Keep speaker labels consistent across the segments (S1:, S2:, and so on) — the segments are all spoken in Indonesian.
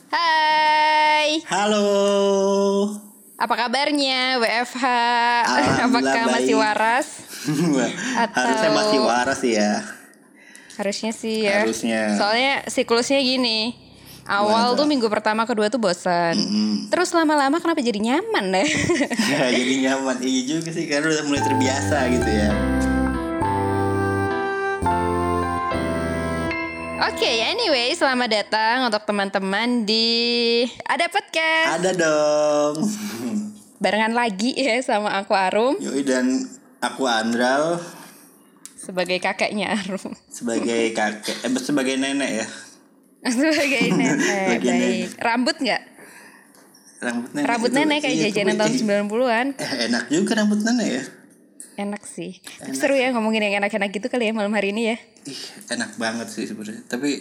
S1: Hai,
S2: Halo.
S1: apa kabarnya WFH?
S2: Alhamdulillah
S1: Apakah masih
S2: baik.
S1: waras?
S2: Harusnya masih waras ya.
S1: Harusnya sih ya.
S2: Harusnya.
S1: Soalnya siklusnya gini.
S2: Gimana
S1: Awal
S2: tuh?
S1: tuh minggu pertama kedua tuh bosan. Terus lama-lama kenapa jadi nyaman ya?
S2: Ya, jadi nyaman. Iya juga sih karena udah mulai terbiasa gitu ya.
S1: Oke, anyway, selamat datang untuk teman-teman di Ada Podcast.
S2: Ada dong.
S1: Barengan lagi ya sama aku Arum
S2: Yoi, dan aku Andral
S1: sebagai kakeknya Arum.
S2: sebagai kakek, sebagai nenek ya.
S1: Sebagai nenek.
S2: Sebagai
S1: Baik.
S2: nenek.
S1: Rambut nggak? Rambut
S2: itu,
S1: nenek kayak
S2: iya,
S1: jajanan tahun 90-an.
S2: Enak juga rambut nenek ya.
S1: Enak sih. Seru ya ngomongin yang enak-enak gitu kali ya malam hari ini ya.
S2: Ih, enak banget sih sebenarnya.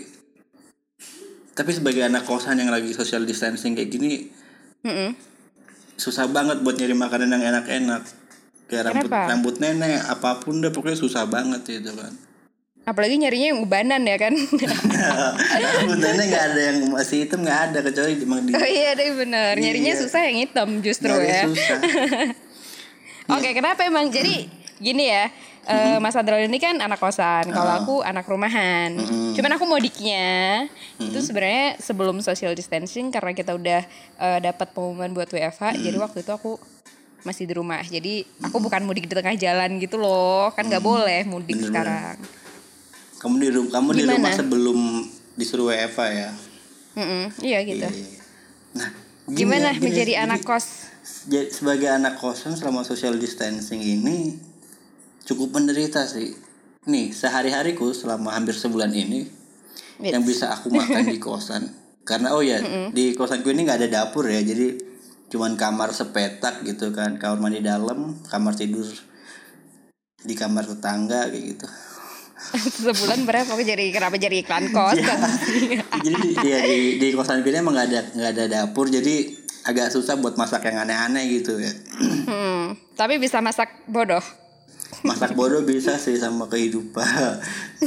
S2: Tapi sebagai anak kosan yang lagi social distancing kayak gini, susah banget buat nyari makanan yang enak-enak. Kayak rambut nenek, apapun deh pokoknya susah banget gitu kan.
S1: Apalagi nyarinya yang ubanan ya kan.
S2: Rambut nenek nggak ada yang masih hitam, nggak ada kecuali emang di.
S1: Oh iya deh bener. Nyarinya
S2: Iya.
S1: susah yang hitam justru
S2: Nyari
S1: ya.
S2: susah.
S1: Oke, kenapa emang? Jadi gini ya. Mas Adral ini kan anak kosan. Kalau aku anak rumahan. Cuman aku modiknya itu sebenarnya sebelum social distancing karena kita udah dapat pengumuman buat WFH. Jadi waktu itu aku masih di rumah. Jadi aku bukan mudik di tengah jalan gitu loh. Kan nggak boleh mudik
S2: Bener-bener.
S1: sekarang.
S2: Kamu di rumah sebelum disuruh WFA ya.
S1: Iya gitu.
S2: Iya. Nah,
S1: Gimana menjadi anak kos?
S2: Sebagai anak kosan selama social distancing ini cukup menderita sih. Nih, sehari-hariku selama hampir sebulan ini yang bisa aku makan di kosan. Karena di kosanku ini nggak ada dapur ya, jadi cuman kamar sepetak gitu kan, kamar mandi dalam, kamar tidur di kamar tetangga kayak gitu.
S1: Sebulan berapa? Kenapa jadi iklan kos?
S2: Jadi di kosan ini emang nggak ada dapur, jadi agak susah buat masak yang aneh-aneh gitu ya.
S1: Tapi bisa masak bodoh.
S2: Masak bodoh bisa sih sama kehidupan.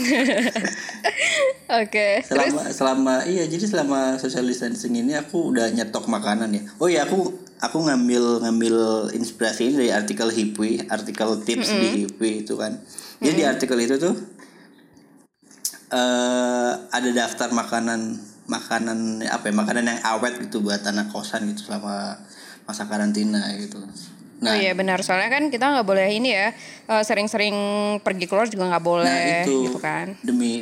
S1: Oke.
S2: Jadi selama social distancing ini aku udah nyetok makanan ya. Oh iya, aku ngambil inspirasi ini dari artikel Hipwi, artikel tips di Hipwi itu kan. Jadi di artikel itu tuh ada daftar makanan yang awet gitu buat anak kosan gitu selama masa karantina gitu.
S1: Nah, oh iya benar, soalnya kan kita nggak boleh ini ya, sering-sering pergi keluar juga nggak boleh,
S2: itu
S1: gitu kan.
S2: Demi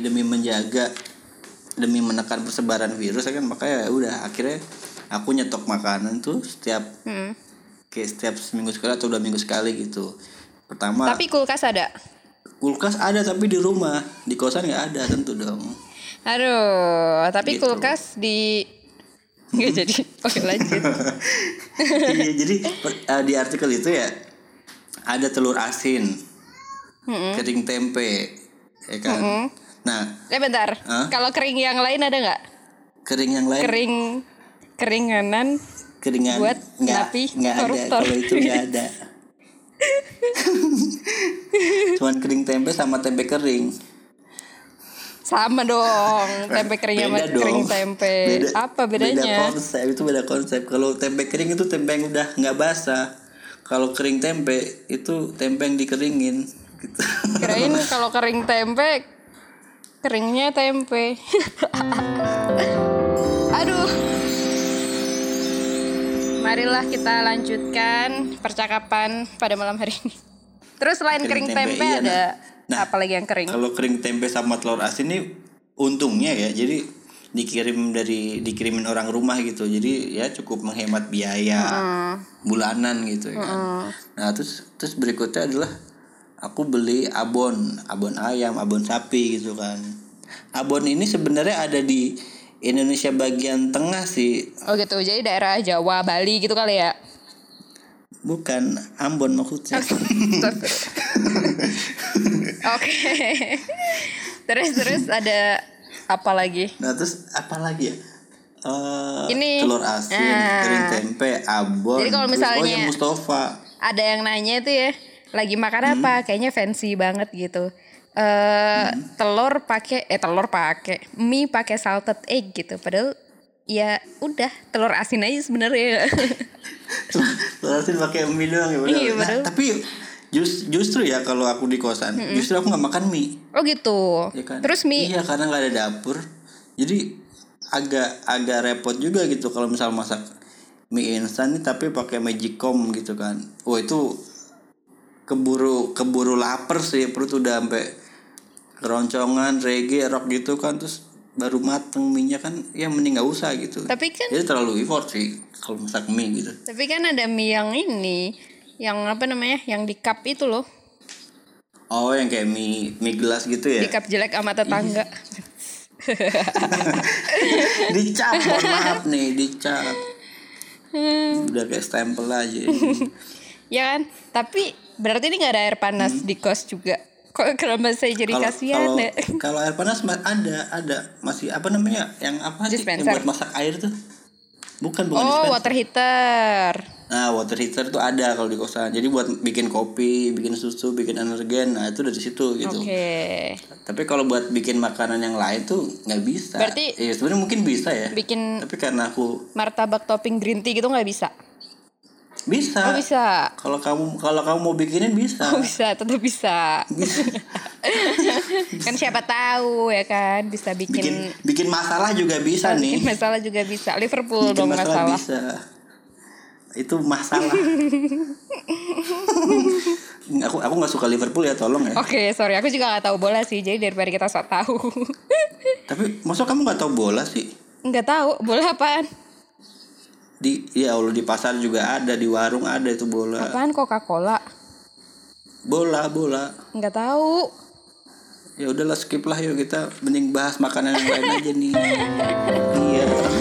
S2: menekan persebaran virus kan, makanya udah akhirnya aku nyetok makanan tuh kayak setiap seminggu sekali atau 2 minggu sekali gitu. Pertama.
S1: Tapi kulkas ada.
S2: Kulkas ada tapi di rumah, di kosan nggak ada tentu dong.
S1: Aduh, tapi
S2: Gitu.
S1: kulkas di nggak jadi. Oke lanjut.
S2: Iya, jadi di artikel itu ya ada telur asin, kering tempe, ya kan. Nah,
S1: Bentar. Kalau kering yang lain ada nggak?
S2: kering yang lain.
S1: Keringanan.
S2: Keringan
S1: Buat
S2: nggak ada,
S1: koruptor.
S2: kalau itu nggak ada. Cuman kering tempe sama tempe kering.
S1: Sama dong, tempe kering sama kering tempe. Apa bedanya?
S2: Beda konsep. Kalau tempe kering itu tempe yang udah nggak basah. Kalau kering tempe itu tempe yang dikeringin. Gitu.
S1: Kirain kalau kering tempe, keringnya tempe. Aduh. Marilah kita lanjutkan percakapan pada malam hari ini. Terus selain kering tempe
S2: iya,
S1: ada apa lagi yang kering?
S2: Kalau kering tempe sama telur asin ini untungnya ya, jadi dikirimin orang rumah gitu, jadi ya cukup menghemat biaya bulanan gitu ya kan. Nah terus berikutnya adalah aku beli abon ayam, abon sapi gitu kan. Abon ini sebenarnya ada di Indonesia bagian tengah sih.
S1: Oh gitu, jadi daerah Jawa, Bali gitu kali ya?
S2: Bukan, Ambon maksudnya.
S1: Oke. Terus ada apa lagi?
S2: Nah terus apa lagi ya?
S1: Ini
S2: telur asin, kering tempe, abon.
S1: Jadi kalau misalnya
S2: Mustafa
S1: ada yang nanya tuh ya, lagi makan apa? Kayaknya fancy banget gitu. Telur pakai mie pakai salted egg gitu. Padahal Ya udah telur asin aja sebenarnya.
S2: Telur asin pakai mie doang ya.
S1: Iya,
S2: Nah,
S1: betul.
S2: tapi justru ya kalau aku di kosan, justru aku nggak makan mie.
S1: Oh gitu.
S2: Ya kan?
S1: Terus mie.
S2: Iya, karena nggak ada dapur. Jadi agak repot juga gitu kalau misal masak mie instan nih tapi pakai magicom gitu kan. Wah, itu keburu lapar sih, perut udah sampai keroncongan, rok gitu kan, terus baru mateng mie-nya kan, ya mending nggak usah gitu.
S1: Tapi kan
S2: Jadi terlalu effort sih kalau masak mie gitu.
S1: Tapi kan ada mie yang ini, yang apa namanya, yang di cup itu loh.
S2: Oh, yang kayak mie gelas gitu ya?
S1: Di cup jelek sama tetangga.
S2: Dicap, mohon maaf nih, dicap. Udah kayak stempel aja.
S1: Ya kan? Tapi berarti ini nggak ada air panas di kos juga. Kok kenapa saya jadi kasihan ya?
S2: Kalau air panas ada masih apa namanya, yang apa sih yang
S1: Dispenser.
S2: buat masak air tuh? Bukan
S1: Oh,
S2: dispenser.
S1: water heater.
S2: Nah, water heater tuh ada kalau di kosan. Jadi buat bikin kopi, bikin susu, bikin energen. Nah, itu dari situ gitu.
S1: Oke.
S2: Tapi kalau buat bikin makanan yang lain tuh nggak bisa.
S1: Berarti
S2: ya sebenarnya mungkin bisa ya.
S1: bikin
S2: Tapi karena aku
S1: martabak topping green tea gitu nggak bisa?
S2: bisa.
S1: Oh bisa.
S2: Kalau kamu mau bikinin bisa.
S1: Oh bisa, tetap bisa. Kan siapa tahu ya kan bisa
S2: Bikin masalah juga bisa nih.
S1: bikin masalah juga bisa. Liverpool
S2: Bikin
S1: dong
S2: masalah
S1: masalah.
S2: bisa. Itu masalah. aku nggak suka Liverpool ya, tolong ya.
S1: Oke, sorry, aku juga nggak tahu bola sih, jadi daripada kita sok tahu.
S2: Tapi masa kamu nggak tahu bola sih?
S1: Nggak tahu bola apaan?
S2: Ya Allah, di pasar juga ada, di warung ada itu bola.
S1: Apaan Coca-Cola?
S2: Bola.
S1: Nggak tahu.
S2: Ya udahlah, skip lah, yuk kita mending bahas makanan yang lain aja nih. Iya.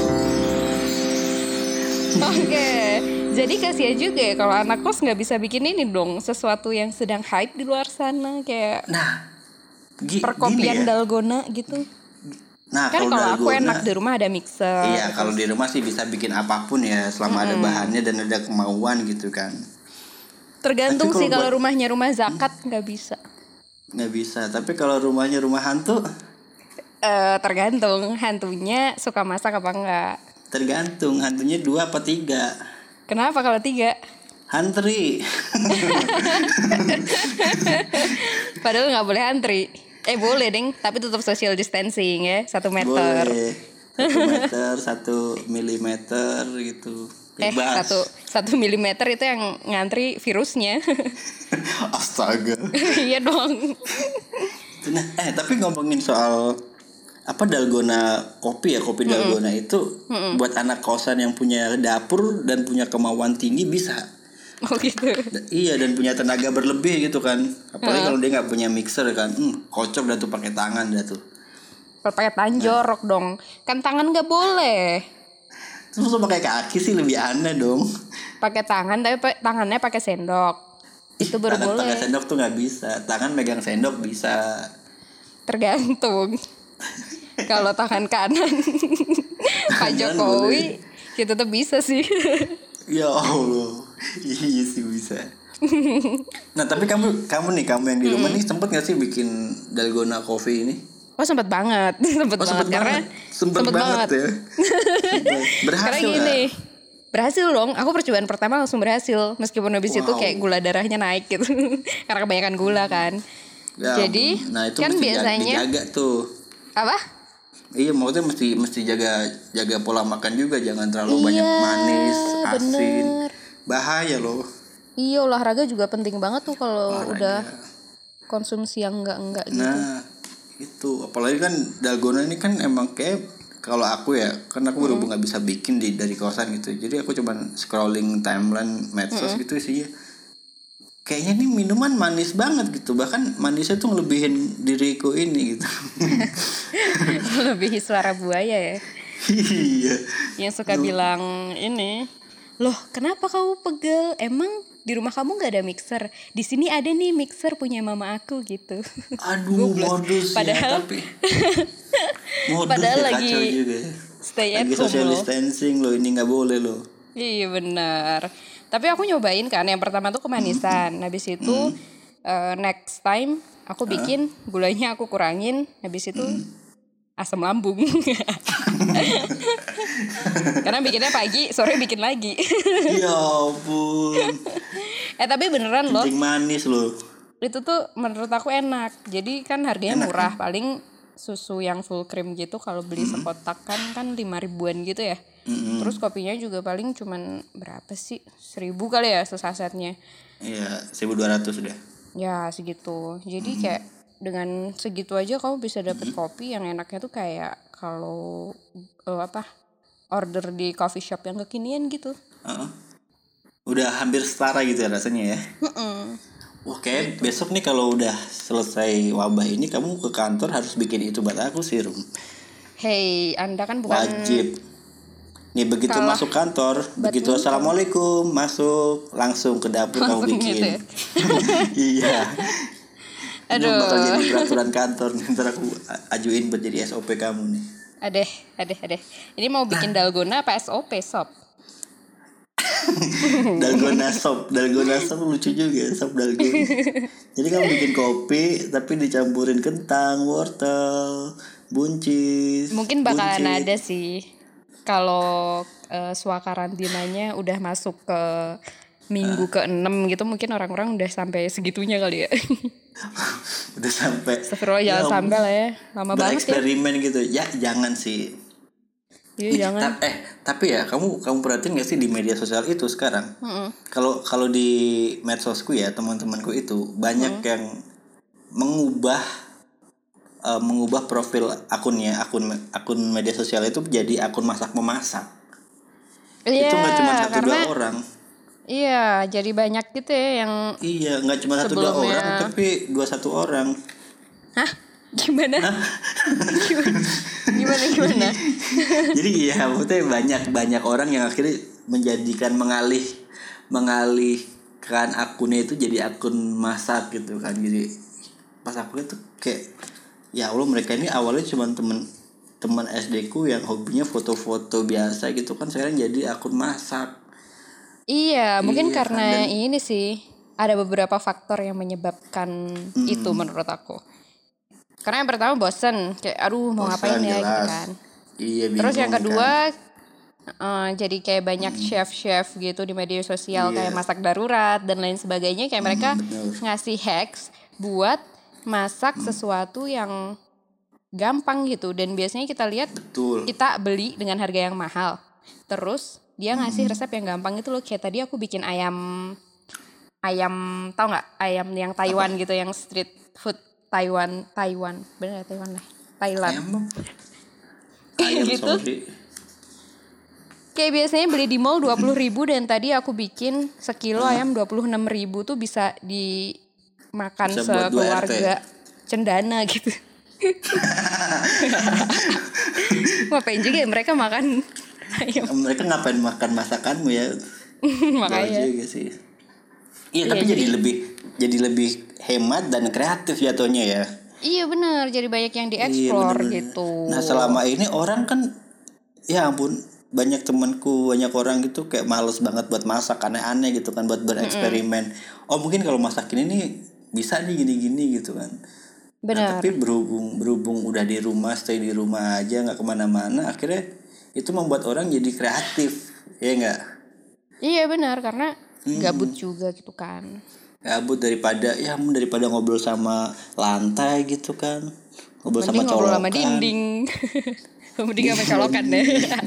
S1: Oke, jadi kasihan juga ya kalau anak kos nggak bisa bikin ini dong, sesuatu yang sedang hype di luar sana kayak
S2: Nah,
S1: perkopian
S2: gini ya.
S1: dalgona gitu.
S2: Nah,
S1: Kan kalau aku
S2: dalgona,
S1: enak di rumah ada mixer.
S2: iya, kalau di rumah sih bisa bikin apapun ya, selama ada bahannya dan ada kemauan gitu kan.
S1: Tergantung
S2: Tapi
S1: sih
S2: kalau
S1: kalau rumahnya rumah zakat nggak bisa.
S2: Nggak bisa. Tapi kalau rumahnya rumah hantu,
S1: Tergantung hantunya suka masak apa enggak.
S2: tergantung hantunya 2 apa 3.
S1: Kenapa kalau 3?
S2: Hantri.
S1: Padahal nggak boleh antri. Boleh ding, tapi tetap social distancing ya, 1 meter.
S2: Boleh. 1 meter, 1 milimeter gitu. Bebas.
S1: 1 milimeter itu yang ngantri virusnya.
S2: Astaga.
S1: Iya dong.
S2: Nah, tapi ngomongin soal apa dalgona kopi ya, kopi dalgona itu buat anak kosan yang punya dapur dan punya kemauan tinggi bisa.
S1: Oh gitu.
S2: Iya, dan punya tenaga berlebih gitu kan. Apalagi kalau dia nggak punya mixer kan, kocok dah tuh pakai tangan dah tuh.
S1: Pakai tanjorok dong. Kan tangan nggak boleh.
S2: Terus pakai kaki sih lebih aneh dong.
S1: Pakai tangan tapi tangannya pakai sendok. Itu baru
S2: Tangan
S1: boleh.
S2: pakai sendok tuh nggak bisa. Tangan megang sendok bisa.
S1: Tergantung. Kalau tangan kanan Pak Jokowi kita tetap bisa sih.
S2: Ya Allah. Iya sih bisa. Nah, tapi kamu yang di rumah nih sempet gak sih bikin dalgona coffee ini?
S1: Oh sempet banget. Sempet karena
S2: Sempet banget ya. Berhasil.
S1: Karena gini, berhasil dong. Aku percobaan pertama langsung berhasil. Meskipun habis itu kayak gula darahnya naik gitu. Karena kebanyakan gula kan.
S2: Ya,
S1: jadi
S2: nah itu
S1: kan
S2: mesti
S1: biasanya
S2: dijaga tuh.
S1: apa?
S2: Iya, maksudnya mesti jaga pola makan juga, jangan terlalu banyak manis, asin.
S1: Bener.
S2: Bahaya loh.
S1: Iya, olahraga juga penting banget tuh kalau udah konsumsi yang enggak gitu.
S2: Nah, itu apalagi kan dalgona ini kan emang kayak, kalau aku ya, kan aku berhubung nggak bisa bikin dari kosan gitu, jadi aku cuman scrolling timeline medsos gitu sih. Kayaknya nih minuman manis banget gitu, bahkan manisnya tuh ngelebihin diriku ini gitu.
S1: Lebih suara buaya ya.
S2: Iya.
S1: Yang suka bilang ini, loh kenapa kamu pegel? Emang di rumah kamu nggak ada mixer? Di sini ada nih mixer punya mama aku gitu.
S2: Aduh, modus
S1: Padahal,
S2: ya, tapi modus
S1: padahal
S2: ya,
S1: lagi
S2: kacau juga.
S1: stay at
S2: Lagi
S1: home
S2: social
S1: loh.
S2: distancing loh, ini nggak boleh loh.
S1: Iya benar. Tapi aku nyobain kan, yang pertama tuh kemanisan. Habis itu next time aku bikin gulanya aku kurangin. Habis itu asam lambung. Karena bikinnya pagi, sore bikin lagi.
S2: Ya ampun.
S1: Tapi beneran loh.
S2: Kencing manis loh.
S1: Itu tuh menurut aku enak. Jadi kan harganya
S2: Enak,
S1: murah. Paling susu yang full cream gitu kalau beli sekotak kan 5 ribuan gitu ya. Terus kopinya juga paling cuman berapa sih? 1.000 kali ya sesasetnya.
S2: Iya, 1.200 udah.
S1: Ya segitu. Jadi kayak dengan segitu aja kamu bisa dapet kopi yang enaknya tuh kayak kalau order di coffee shop yang kekinian gitu.
S2: Udah hampir setara gitu ya rasanya ya. Oke, besok nih kalau udah selesai wabah ini kamu ke kantor harus bikin itu buat aku sih, Rum.
S1: Hey, Anda kan bukan
S2: Wajib. Nih begitu
S1: Kalah.
S2: masuk kantor, begitu assalamualaikum masuk langsung ke dapur kamu
S1: Langsung
S2: bikin.
S1: gitu ya?
S2: Iya. Ini
S1: Aduh.
S2: bakal jadi peraturan kantor. Ntar aku ajuin buat jadi SOP kamu nih.
S1: Adeh. Ini mau bikin dalgona apa SOP sop?
S2: Dalgona sop lucu juga, sop dalgona. Jadi kamu bikin kopi tapi dicampurin kentang, wortel, buncis.
S1: Mungkin bakalan
S2: buncit.
S1: ada sih. Kalau suaka karantinanya udah masuk ke minggu ke-6 gitu, mungkin orang-orang udah sampai segitunya kali ya.
S2: Udah sampai.
S1: Astagfirullah, jangan sampai lah ya. Lama banget ya.
S2: Bereksperimen gitu. Ya jangan sih.
S1: Iya, jangan.
S2: Tapi ya kamu perhatiin gak sih di media sosial itu sekarang? Kalau di medsosku ya teman-temanku itu banyak yang mengubah profil akunnya, akun media sosial itu jadi akun masak memasak.
S1: Iya,
S2: Itu nggak cuma satu
S1: karena
S2: dua orang.
S1: iya, jadi banyak gitu ya yang
S2: Iya, nggak cuma satu dua
S1: sebelumnya.
S2: orang, tapi 21 orang.
S1: Hah? Gimana? Gimana?
S2: Jadi ya maksudnya banyak orang yang akhirnya mengalihkan akunnya itu jadi akun masak gitu kan. Jadi pas akunnya tuh kayak ya Allah, mereka ini awalnya cuma teman SD ku yang hobinya foto-foto biasa gitu kan, sekarang jadi akun masak.
S1: Iya, mungkin
S2: Iya,
S1: karena
S2: dan-
S1: ini sih ada beberapa faktor yang menyebabkan itu menurut aku. Karena yang pertama bosen, kayak aduh mau ngapain
S2: Bosan,
S1: ya gitu
S2: jelas.
S1: kan.
S2: Iya,
S1: Terus yang
S2: bingung
S1: kedua
S2: kan.
S1: jadi kayak banyak chef-chef gitu di media sosial
S2: Iya.
S1: kayak masak darurat dan lain sebagainya, kayak mereka
S2: betul.
S1: ngasih hacks buat masak sesuatu yang gampang gitu, dan biasanya kita lihat
S2: Betul.
S1: kita beli dengan harga yang mahal. Terus dia ngasih resep yang gampang itu loh, kayak tadi aku bikin ayam tau nggak, ayam yang Taiwan gitu, yang street food Taiwan bener ya, Taiwan lah, Thailand.
S2: Ayam
S1: Gitu.
S2: sorry.
S1: Kayak biasanya beli di mall 20.000, dan tadi aku bikin sekilo ayam 26.000 tuh bisa dimakan
S2: Bisa buat 2
S1: sekeluarga cendana gitu. Ngapain juga ya mereka makan ayam.
S2: Mereka ngapain makan masakanmu ya?
S1: Makanya.
S2: Jauh juga sih. Iya, tapi jadi lebih hemat dan kreatif jatuhnya ya.
S1: Iya benar, jadi banyak yang
S2: Iya,
S1: dieksplor
S2: bener-bener.
S1: gitu.
S2: Nah, selama ini orang kan ya ampun, banyak temanku, banyak orang gitu kayak males banget buat masak aneh-aneh gitu kan, buat bereksperimen. Oh, mungkin kalau masakin ini bisa nih gini-gini gitu kan. Nah,
S1: Benar.
S2: tapi berhubung udah di rumah, stay di rumah aja, nggak kemana-mana, akhirnya itu membuat orang jadi kreatif, ya nggak?
S1: Iya benar, karena gabut juga gitu kan.
S2: Gabut daripada ngobrol sama lantai gitu kan, ngobrol
S1: Mending
S2: sama
S1: ngobrol
S2: colokan.
S1: sama dinding. Mending sama colokan deh.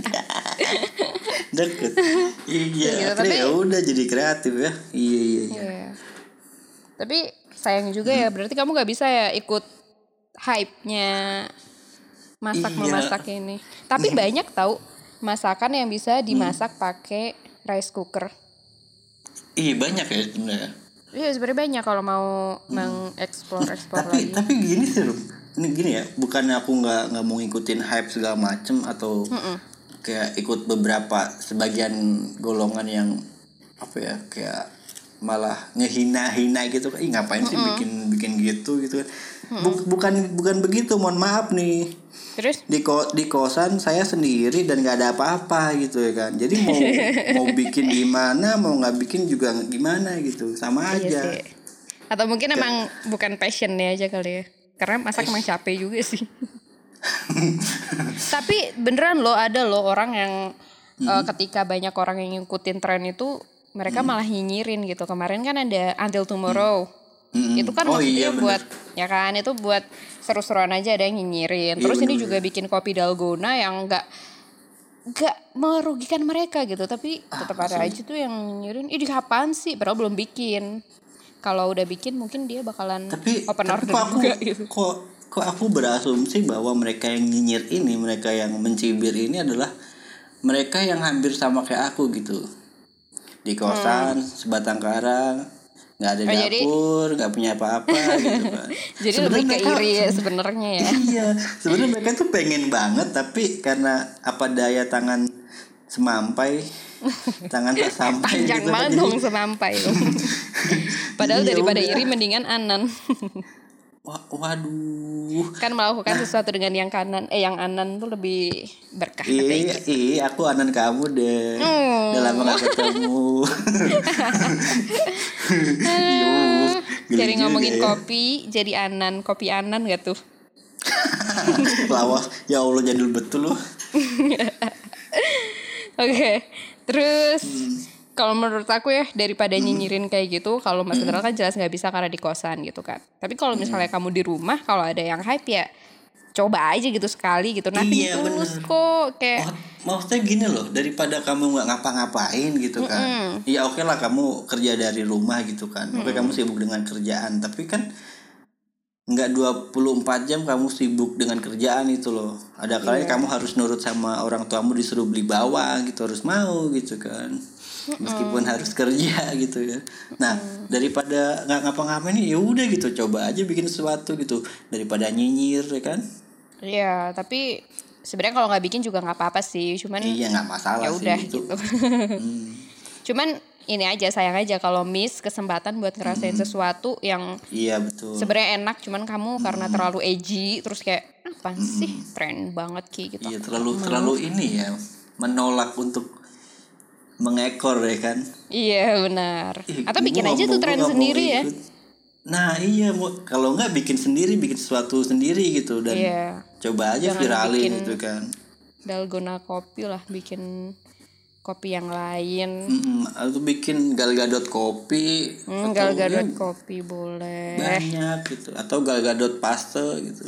S2: Deket. Iya,
S1: Gitu,
S2: akhirnya
S1: tapi-
S2: ya udah jadi kreatif ya. Iya.
S1: Iya. Tapi sayang juga ya, berarti kamu gak bisa ya ikut hype-nya masak-memasak ini. Tapi banyak tahu masakan yang bisa dimasak pakai rice cooker.
S2: Iya, banyak ya sebenarnya.
S1: Iya sebenarnya banyak kalau mau mengeksplor lagi.
S2: Tapi gini sih, Rum. Ini gini ya, bukannya aku nggak mau ngikutin hype segala macem atau kayak ikut sebagian golongan yang apa ya, kayak malah ngehina-hina gitu kan. Ih, ngapain sih bikin gitu kan. Bukan begitu, mohon maaf nih.
S1: Terus
S2: Di kosan saya sendiri dan nggak ada apa-apa gitu ya kan. Jadi mau bikin gimana, mau nggak bikin juga gimana gitu, sama aja.
S1: iya sih. Atau mungkin emang bukan passionnya aja kali ya. Karena masak emang capek juga sih. Tapi beneran loh, ada loh orang yang ketika banyak orang yang ngikutin tren itu, mereka malah nyinyirin gitu. Kemarin kan ada Until Tomorrow. Itu kan maksudnya buat ya kan, itu buat seru-seruan aja, ada yang nyinyirin. Terus ini juga bikin kopi dalgona yang nggak merugikan mereka gitu, tapi tetap ada aja tuh yang nyinyirin. Ini kapan sih? Padahal belum bikin. Kalau udah bikin mungkin dia bakalan open order juga gitu.
S2: Kok aku berasumsi bahwa mereka yang nyinyir ini, mereka yang mencibir ini adalah mereka yang hampir sama kayak aku gitu. Di kosan, sebatang karang, nggak ada dapur, nggak punya apa-apa gitu kan.
S1: Jadi lebih ke iri ya sebenarnya ya.
S2: Iya, sebenarnya mereka tuh pengen banget, tapi karena apa daya tangan semampai, tangan tak sampai.
S1: Panjang
S2: gitu
S1: banget dong semampai. Padahal daripada iri mendingan Anan.
S2: Waduh.
S1: Kan melakukan sesuatu dengan yang Anan tuh lebih berkah.
S2: Iya, aku Anan kamu deh. Udah lama gak ketemu.
S1: Jadi ngomongin kopi, jadi Anan, kopi Anan gak tuh?
S2: Lawas, ya Allah jadul betul loh.
S1: Oke, terus kalau menurut aku ya, daripada nyinyirin kayak gitu, kalau Mas Indra kan jelas nggak bisa karena di kosan gitu kan. Tapi kalau misalnya kamu di rumah, kalau ada yang hype ya coba aja gitu sekali gitu. Nanti tulus kok kayak.
S2: Maksudnya gini loh, daripada kamu nggak ngapa-ngapain gitu kan. Ya oke lah kamu kerja dari rumah gitu kan. Oke kamu sibuk dengan kerjaan, tapi kan nggak 24 jam kamu sibuk dengan kerjaan itu loh. Ada kalanya kamu harus nurut sama orang tuamu, disuruh beli bawang gitu, harus mau gitu kan. Meskipun harus kerja gitu ya. Nah, daripada nggak ngapa-ngapain ya udah gitu, coba aja bikin sesuatu gitu daripada nyinyir ya kan.
S1: Iya, tapi sebenarnya kalau nggak bikin juga nggak apa-apa sih. Cuman
S2: iya nggak masalah
S1: ya
S2: sih
S1: udah
S2: gitu.
S1: Cuman ini aja, sayang aja kalau miss kesempatan buat ngerasain sesuatu yang
S2: betul.
S1: Sebenarnya enak, cuman kamu karena terlalu edgy terus kayak apa sih tren banget kayak gitu.
S2: Iya, terlalu ini ya, menolak untuk mengekor ya kan.
S1: Iya benar. Atau bikin aja tuh tren sendiri ya.
S2: Nah iya, kalau nggak bikin sendiri, bikin sesuatu sendiri gitu dan coba aja viralin gitu kan.
S1: Dalgona kopi lah, bikin kopi yang lain.
S2: Atau bikin Gal-Gadot kopi.
S1: Gal-Gadot kopi boleh.
S2: Banyak gitu. Atau Gal-Gadot paste gitu.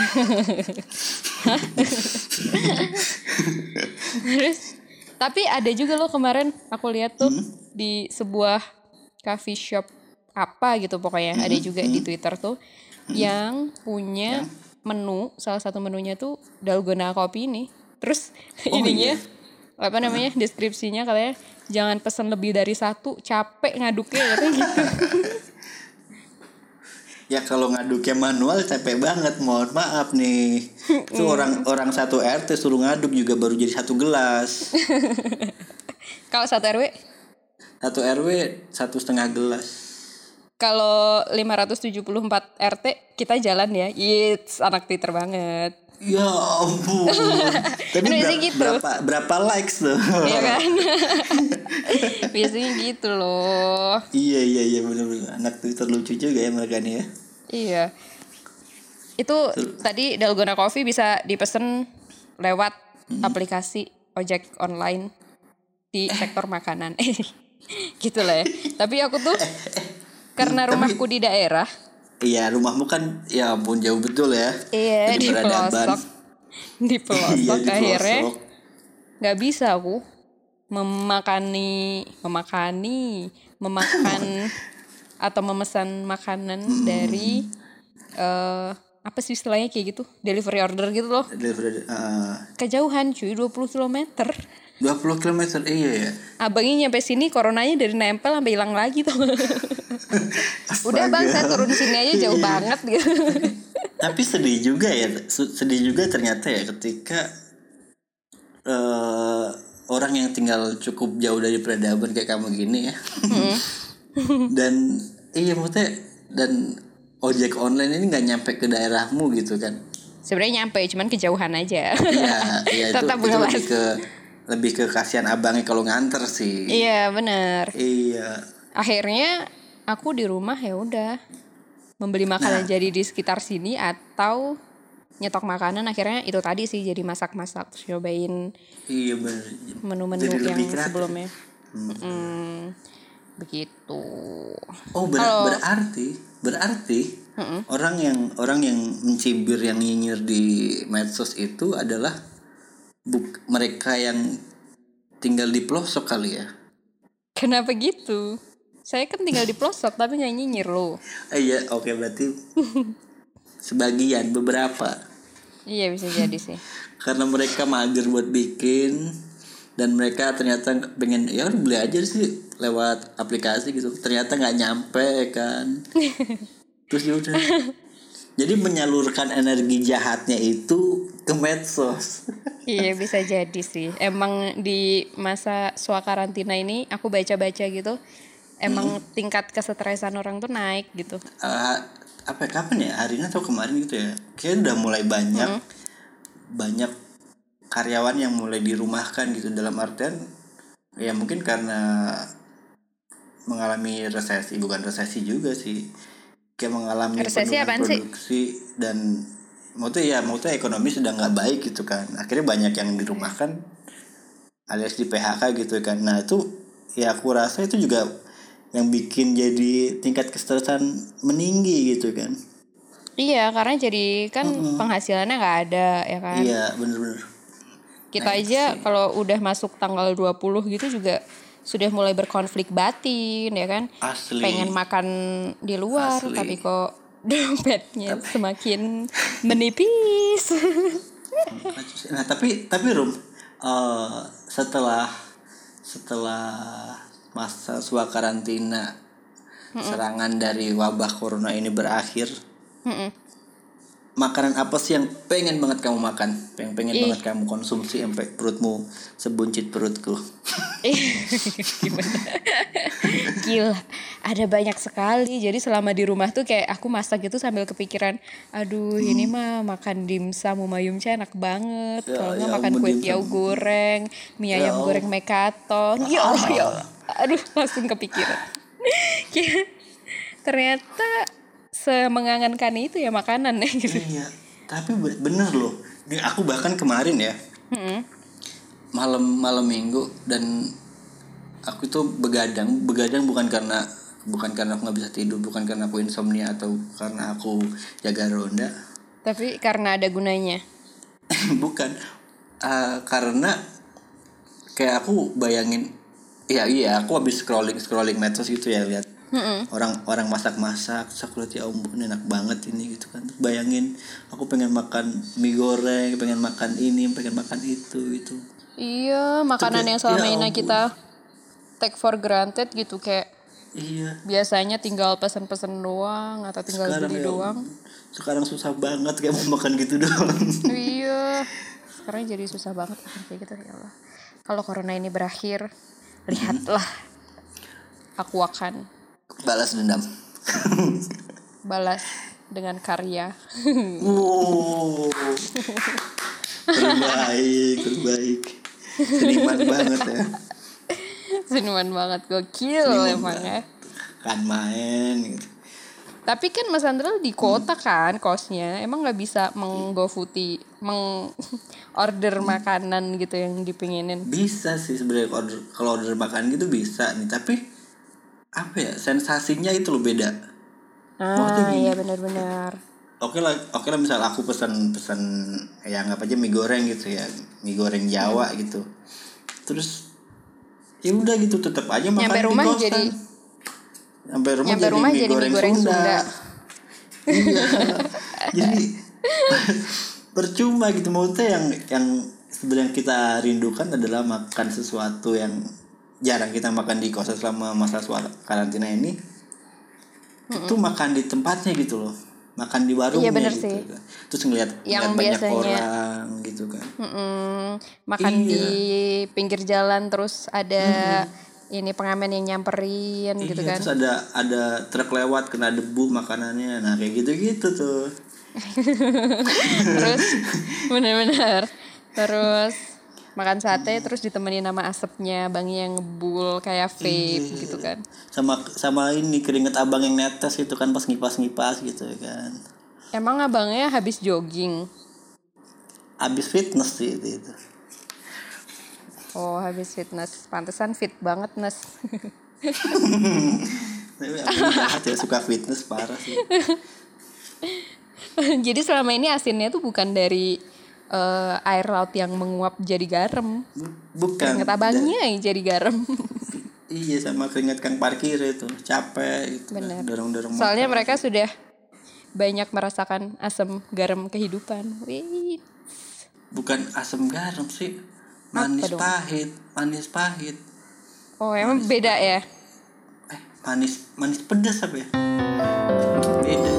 S1: Terus tapi ada juga loh kemarin aku lihat tuh di sebuah coffee shop apa gitu pokoknya, ada juga di Twitter tuh yang punya menu, salah satu menunya tuh dalgona kopi ini. Terus ininya apa namanya, deskripsinya katanya jangan pesen lebih dari satu, capek ngaduknya katanya gitu.
S2: Ya kalau ngaduknya manual capek banget, mohon maaf nih. Itu orang satu RT suruh ngaduk juga baru jadi 1 gelas.
S1: Kalau 1 RW?
S2: 1 RW 1,5 gelas.
S1: Kalau 574 RT kita jalan ya. It's anak Twitter banget.
S2: Ya ampun. Tapi berapa likes tuh?
S1: Iya kan? Biasanya gitu loh.
S2: Iya benar-benar. Anak Twitter lucu juga ya mereka nih ya.
S1: Iya. Itu tadi dalgona coffee bisa dipesen lewat aplikasi ojek online di sektor makanan. Gitu lah ya. Tapi aku tuh karena rumahku di daerah.
S2: Iya, rumahmu kan ya ampun jauh betul ya.
S1: Iya, di pelosok. Di pelosok akhirnya nggak bisa aku memakan atau memesan makanan dari apa sih istilahnya kayak gitu, delivery order gitu loh. Kejauhan cuy, 20 km.
S2: 20 km, iya ya.
S1: Abangnya nyampe sini coronanya dari nempel sampai hilang lagi tuh. Udah bang, saya turun sini aja jauh banget gitu.
S2: Tapi sedih juga ternyata ya ketika orang yang tinggal cukup jauh dari peradaban kayak kamu gini ya. Dan maksudnya dan ojek online ini nggak nyampe ke daerahmu gitu kan?
S1: Sebenarnya nyampe, cuman kejauhan aja.
S2: Iya
S1: tetap
S2: itu lebih ke kasihan abangnya kalau nganter sih.
S1: Iya benar.
S2: Iya.
S1: Akhirnya aku di rumah ya udah membeli makanan jadi di sekitar sini atau nyetok makanan akhirnya itu tadi sih jadi masak-masak terus nyobain
S2: Iya benar.
S1: menu-menu
S2: Jadi
S1: yang
S2: lebih kreatif.
S1: sebelumnya. Begitu.
S2: Oh berarti orang yang mencibir, yang nyinyir di medsos itu adalah mereka yang tinggal di pelosok kali ya.
S1: Kenapa gitu? Saya kan tinggal di pelosok tapi nggak nyinyir loh.
S2: Iya, oke, berarti sebagian, beberapa.
S1: Iya bisa jadi sih.
S2: Karena mereka mager buat bikin dan mereka ternyata pengen ya udah beli aja sih lewat aplikasi gitu. Ternyata nggak nyampe kan. Terus ya udah. Jadi menyalurkan energi jahatnya itu ke medsos.
S1: Iya bisa jadi sih. Emang di masa karantina ini aku baca-baca gitu. Emang tingkat kesetresan orang tuh naik gitu.
S2: Kapan ya, hari ini atau kemarin gitu ya, kayak udah mulai banyak karyawan yang mulai dirumahkan gitu, dalam artian ya mungkin karena mengalami resesi, bukan resesi juga sih, kayak mengalami penurunan produksi dan maksudnya ekonomi sudah nggak baik gitu kan, akhirnya banyak yang dirumahkan alias di PHK gitu kan. Nah itu ya aku rasa itu juga yang bikin jadi tingkat kesetresan meninggi gitu kan.
S1: Iya karena jadi kan penghasilannya nggak ada ya kan.
S2: Iya bener-bener.
S1: Kita aja kalau udah masuk tanggal 20 gitu juga sudah mulai berkonflik batin ya kan.
S2: Asli.
S1: Pengen makan di luar
S2: Asli.
S1: tapi kok dompetnya semakin menipis.
S2: Nah tapi Rum, setelah masa karantina, serangan dari wabah corona ini berakhir, makanan apa sih yang pengen banget kamu makan, pengen banget kamu konsumsi sampai perutmu sebuncit perutku?
S1: Gimana? Gila, ada banyak sekali. Jadi selama di rumah tuh kayak aku masak gitu sambil kepikiran, aduh ini mah makan dimsum umayumca enak banget. Kalau nggak makan kue tiaw goreng, mie ayam goreng mekatong. Ya Allah. Aduh langsung kepikiran. Ternyata semengangankan itu ya makanan ya gitu.
S2: Iya, tapi bener loh. Ini aku bahkan kemarin ya, malam minggu, dan aku itu begadang bukan karena aku nggak bisa tidur, bukan karena aku insomnia atau karena aku jaga ronda.
S1: Tapi karena ada gunanya.
S2: Bukan, karena kayak aku bayangin, iya aku habis scrolling medsos gitu ya, lihat orang masak terus aku lihat ya ampun enak banget ini gitu kan. Bayangin aku pengen makan mie goreng, pengen makan ini, pengen makan itu gitu.
S1: Iya, makanan yang selama ini kita take for granted gitu, kayak biasanya tinggal pesen-pesen doang atau tinggal sekarang beli doang.
S2: Sekarang susah banget kayak mau makan gitu doang.
S1: Iya, sekarang jadi susah banget kayak gitu ya Allah. Kalau corona ini berakhir, lihatlah aku akan
S2: balas dendam.
S1: Balas dengan karya.
S2: Wow. Terbaik. Seniman banget ya.
S1: Seniman banget, gokil emangnya.
S2: Kan main gitu.
S1: Tapi kan Mas Andral di kota kan kosnya, emang nggak bisa menggofoodi, order makanan gitu yang dipinginin?
S2: Bisa sih sebenarnya, kalau order makan gitu bisa nih, tapi apa ya, sensasinya itu loh beda.
S1: Iya benar-benar.
S2: Oke lah misal aku pesan ya anggap aja mie goreng gitu ya, mie goreng Jawa gitu. Terus ya udah gitu, tetap aja makan
S1: nyampe rumah di kosan.
S2: Nyampe rumah jadi mie goreng Sunda. Iya. Jadi percuma gitu, maksudnya yang sebenarnya kita rindukan adalah makan sesuatu yang jarang kita makan di kosan selama masa karantina ini. Itu makan di tempatnya gitu loh, makan di warungnya gitu kan. Terus ngeliat banyak orang gitu kan.
S1: Makan di pinggir jalan terus ada ini pengamen yang nyamperin gitu kan.
S2: Terus ada truk lewat kena debu makanannya. Nah kayak gitu tuh.
S1: Terus benar-benar terus makan sate terus ditemenin sama asapnya abangnya yang ngebul kayak vape gitu kan.
S2: Sama ini keringet abang yang netes itu kan pas ngipas gitu kan.
S1: Emang abangnya habis jogging?
S2: Abis fitness sih itu.
S1: Oh, habis fitness. Pantesan fit banget, Nes.
S2: Tapi aku jahat ya, suka fitness parah sih.
S1: Jadi selama ini asinnya tuh bukan dari air laut yang menguap jadi garam.
S2: Bukan.
S1: Keringet abangnya yang jadi garam.
S2: Iya, sama keringat kang parkir itu capek gitu.
S1: Bener.
S2: Dorong-dorong
S1: Soalnya
S2: motor.
S1: mereka sudah banyak merasakan asam garam kehidupan. Wih.
S2: Bukan asam garam sih,
S1: Apa dong?
S2: manis pahit.
S1: Oh, emang beda ya?
S2: Manis pedas apa ya? Beda.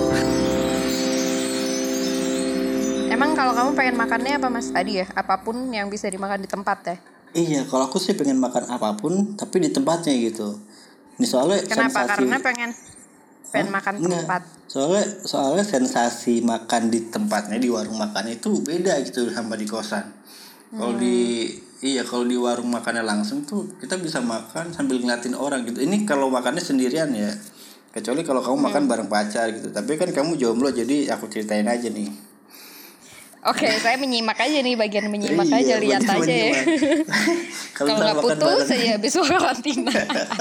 S1: Emang kalau kamu pengen makannya apa Mas tadi ya? Apapun yang bisa dimakan di tempat ya?
S2: Iya, kalau aku sih pengen makan apapun tapi di tempatnya gitu. Ini soalnya
S1: Kenapa?
S2: sensasi.
S1: Karena pengen makan
S2: Enggak.
S1: tempat.
S2: Soalnya sensasi makan di tempatnya, di warung makannya itu beda gitu sama di kosan. Kalau di warung makannya langsung tuh kita bisa makan sambil ngeliatin orang gitu. Ini kalau makannya sendirian ya. Kecuali kalau kamu makan bareng pacar gitu. Tapi kan kamu jomblo, jadi aku ceritain aja nih.
S1: Oke, saya menyimak aja nih, bagian menyimak
S2: Iya,
S1: aja, lihat
S2: bagian
S1: aja ya.
S2: menyimak.
S1: Kalau
S2: kita
S1: nggak
S2: makan
S1: putus
S2: bareng-
S1: saya habis karantina.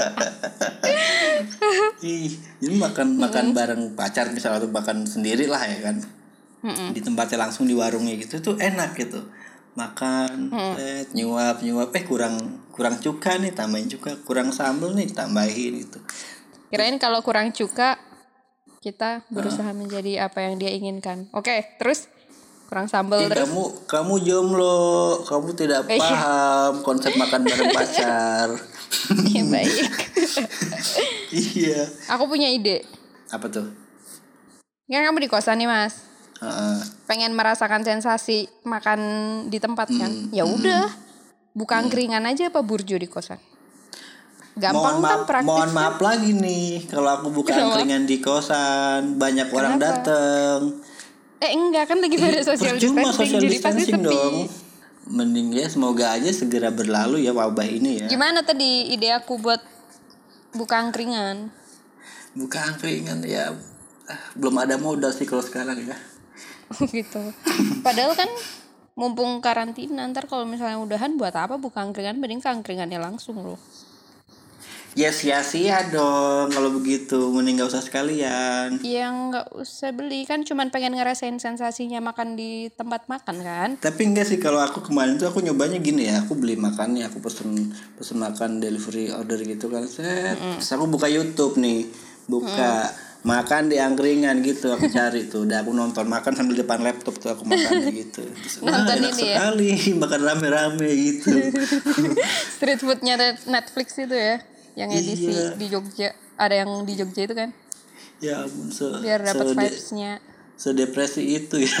S2: Jadi makan bareng pacar misalnya atau makan sendiri lah ya kan. Di tempatnya langsung di warungnya gitu tuh enak gitu. Makan, nyuap, kurang cuka nih tambahin cuka, kurang sambal nih tambahin gitu.
S1: Kirain kalau kurang cuka kita berusaha menjadi apa yang dia inginkan. Oke, terus kurang sambal terus.
S2: Kamu jomblo, kamu tidak
S1: Iya.
S2: paham konsep makan bareng pacar.
S1: Iya, baik.
S2: Iya.
S1: Aku punya ide.
S2: Apa tuh?
S1: Kan kamu di kosan nih, Mas.
S2: Heeh.
S1: Pengen merasakan sensasi makan di tempat kan? Ya udah. Buka angkringan aja apa burjo di kosan. Gampang kan, praktis.
S2: Mohon maaf lagi nih kalau aku buka
S1: Kenapa?
S2: angkringan di kosan, banyak orang
S1: Kenapa?
S2: dateng.
S1: Enggak kan lagi pada social
S2: Percuma
S1: distancing,
S2: social
S1: jadi pasti
S2: distancing
S1: sepi.
S2: dong. Mending ya semoga aja segera berlalu ya wabah ini ya.
S1: Gimana tadi ide aku buat buka angkringan?
S2: Buka angkringan ya, belum ada modal sih kalau sekarang ya.
S1: Gitu. Padahal kan mumpung karantina, ntar kalau misalnya udahan buat apa buka angkringan, mending ke angkringannya langsung loh.
S2: Ya sia-sia dong kalau begitu, mending gak usah sekalian.
S1: Yang nggak usah beli, kan cuman pengen ngerasain sensasinya makan di tempat makan kan.
S2: Tapi enggak sih, kalau aku kemarin tuh aku nyobanya gini ya, aku beli makannya, aku pesen makan delivery order gitu kan. Terus aku buka YouTube nih, makan di angkringan gitu, aku cari tuh, udah aku nonton makan sambil depan laptop tuh aku makan gitu. Terus,
S1: Nonton
S2: enak
S1: ini ya?
S2: sekali makan rame-rame gitu.
S1: Street foodnya Netflix itu ya, yang edisi
S2: Iya.
S1: di Jogja. Ada yang di Jogja itu kan,
S2: Ya ampun,
S1: biar dapat vibes-nya.
S2: sedepresi itu ya.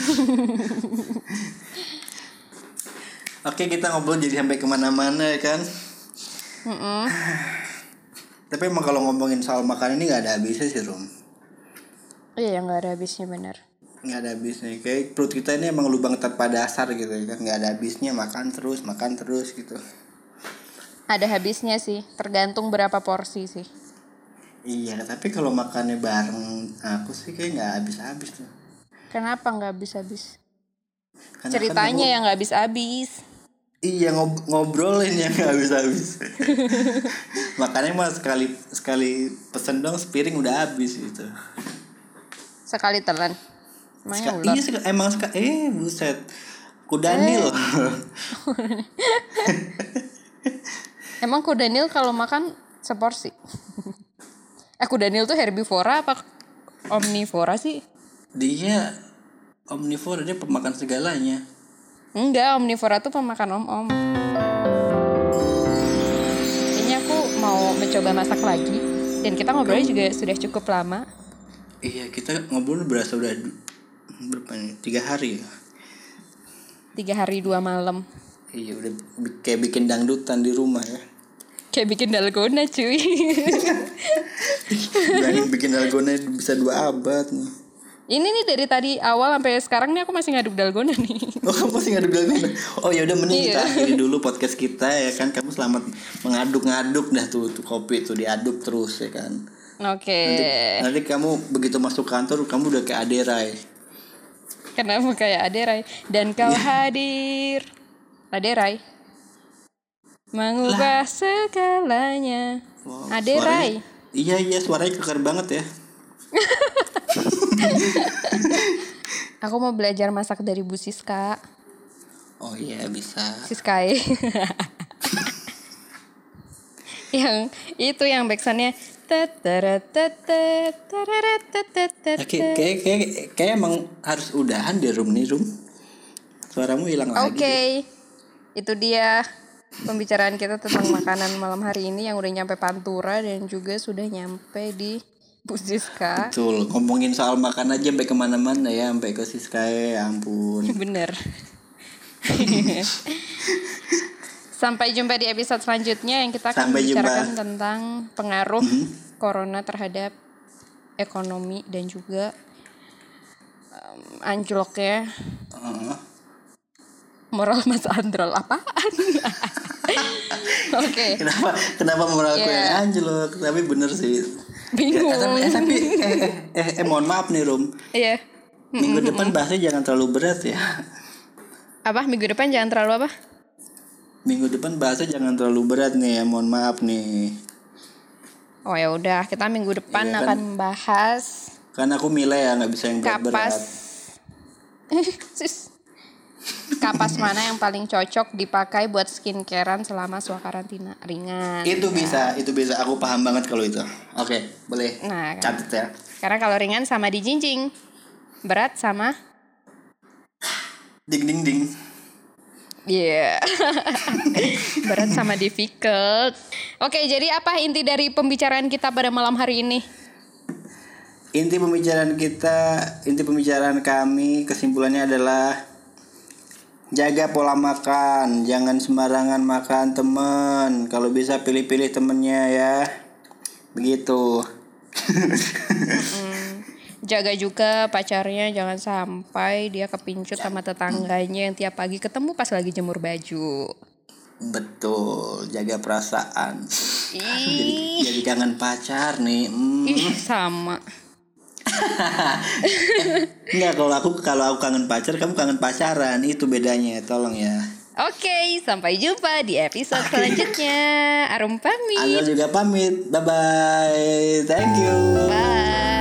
S2: Oke, kita ngobrol jadi sampai kemana-mana ya kan. Tapi emang kalau ngomongin soal makan ini nggak ada habisnya sih, Rom.
S1: Iya, nggak ada habisnya, benar.
S2: Nggak ada habisnya, kayak perut kita ini emang lubang tanpa dasar gitu ya kan, nggak ada habisnya, makan terus gitu.
S1: Ada habisnya sih, tergantung berapa porsi sih.
S2: Iya, tapi kalau makannya bareng aku sih kayak nggak habis-habis tuh.
S1: Kenapa nggak habis-habis?
S2: Karena
S1: Ceritanya
S2: kan
S1: yang nggak habis-habis.
S2: iya, ngobrolin yang nggak habis-habis. Makanya mah sekali pesen dong sepiring udah habis gitu.
S1: Sekali telan. Emangnya ular?
S2: Iya, buset. Kudanil.
S1: Emang Kudanil kalau makan seporsi? Kudanil tuh herbivora apa omnivora sih?
S2: Dia omnivora, dia pemakan segalanya.
S1: Enggak, omnivora tuh pemakan om-om. Kayaknya aku mau mencoba masak lagi. Dan kita ngobrolnya juga sudah cukup lama.
S2: Iya, kita ngobrol berasa udah berapa nih? 3 hari ya.
S1: 3 hari 2 malam.
S2: Iya, udah kayak bikin dangdutan di rumah ya.
S1: Kayak bikin dalgona cuy.
S2: Berani bikin dalgona bisa 2 abad nih.
S1: Ini nih dari tadi awal sampai sekarang nih aku masih ngaduk dalgona nih.
S2: Oh, kamu masih ngaduk dalgona? Oh ya udah, mending kita
S1: Iya.
S2: akhiri dulu podcast kita ya kan. Kamu selamat mengaduk-ngaduk dah tuh kopi tuh, diaduk terus ya kan.
S1: Oke.
S2: Nanti kamu begitu masuk kantor kamu udah kayak Aderai.
S1: Kenapa kayak Aderai? Dan kau hadir, Aderai, mengubah segalanya.
S2: Wow,
S1: Aderai.
S2: Iya suaranya kekar banget ya.
S1: Aku mau belajar masak dari Bu Siska.
S2: Oh iya bisa.
S1: Siskai. Yang itu yang backsoundnya
S2: Kayak emang harus udahan deh Rum nih Rum. Suaramu hilang lagi.
S1: Oke. Itu dia pembicaraan kita tentang makanan malam hari ini yang udah nyampe Pantura dan juga sudah nyampe di Bu Siska.
S2: Betul, ngomongin soal makan aja sampai kemana-mana ya, sampai ke Siskae, ya ampun.
S1: Bener. Sampai jumpa di episode selanjutnya yang kita akan membicarakan tentang pengaruh corona terhadap ekonomi dan juga anjloknya moral Mas Androl. Apaan? Oke.
S2: Kenapa moralku yang anjlok? Tapi bener sih.
S1: Bingung.
S2: Tapi mohon maaf nih Rum.
S1: Iya.
S2: Minggu depan bahasnya jangan terlalu berat ya.
S1: Apa? Minggu depan jangan terlalu apa?
S2: Minggu depan bahasnya jangan terlalu berat nih ya, mohon maaf nih.
S1: Oh ya udah, kita minggu depan akan membahas.
S2: Kan aku milih ya, nggak bisa yang berat-berat.
S1: Kapas mana yang paling cocok dipakai buat skincarean selama suasana karantina ringan.
S2: Itu bisa. Aku paham banget kalau itu. Oke, boleh.
S1: Nah,
S2: catat ya.
S1: Karena kalau ringan sama dijinjing, berat sama
S2: ding.
S1: Iya. Berat sama difficult. Oke, jadi apa inti dari pembicaraan kita pada malam hari ini?
S2: Inti pembicaraan kami, kesimpulannya adalah jaga pola makan, jangan sembarangan makan temen. Kalau bisa pilih-pilih temennya ya. Begitu.
S1: Jaga juga pacarnya, jangan sampai dia kepincut sama tetangganya yang tiap pagi ketemu pas lagi jemur baju.
S2: Betul, jaga perasaan. Jadi kangen pacar nih.
S1: Ih, sama.
S2: Enggak, kalau aku kangen pacar, kamu kangen pacaran, itu bedanya, tolong ya.
S1: Oke, sampai jumpa di episode selanjutnya. Arum pamit.
S2: Angel juga pamit. Bye bye. Thank you.
S1: Bye.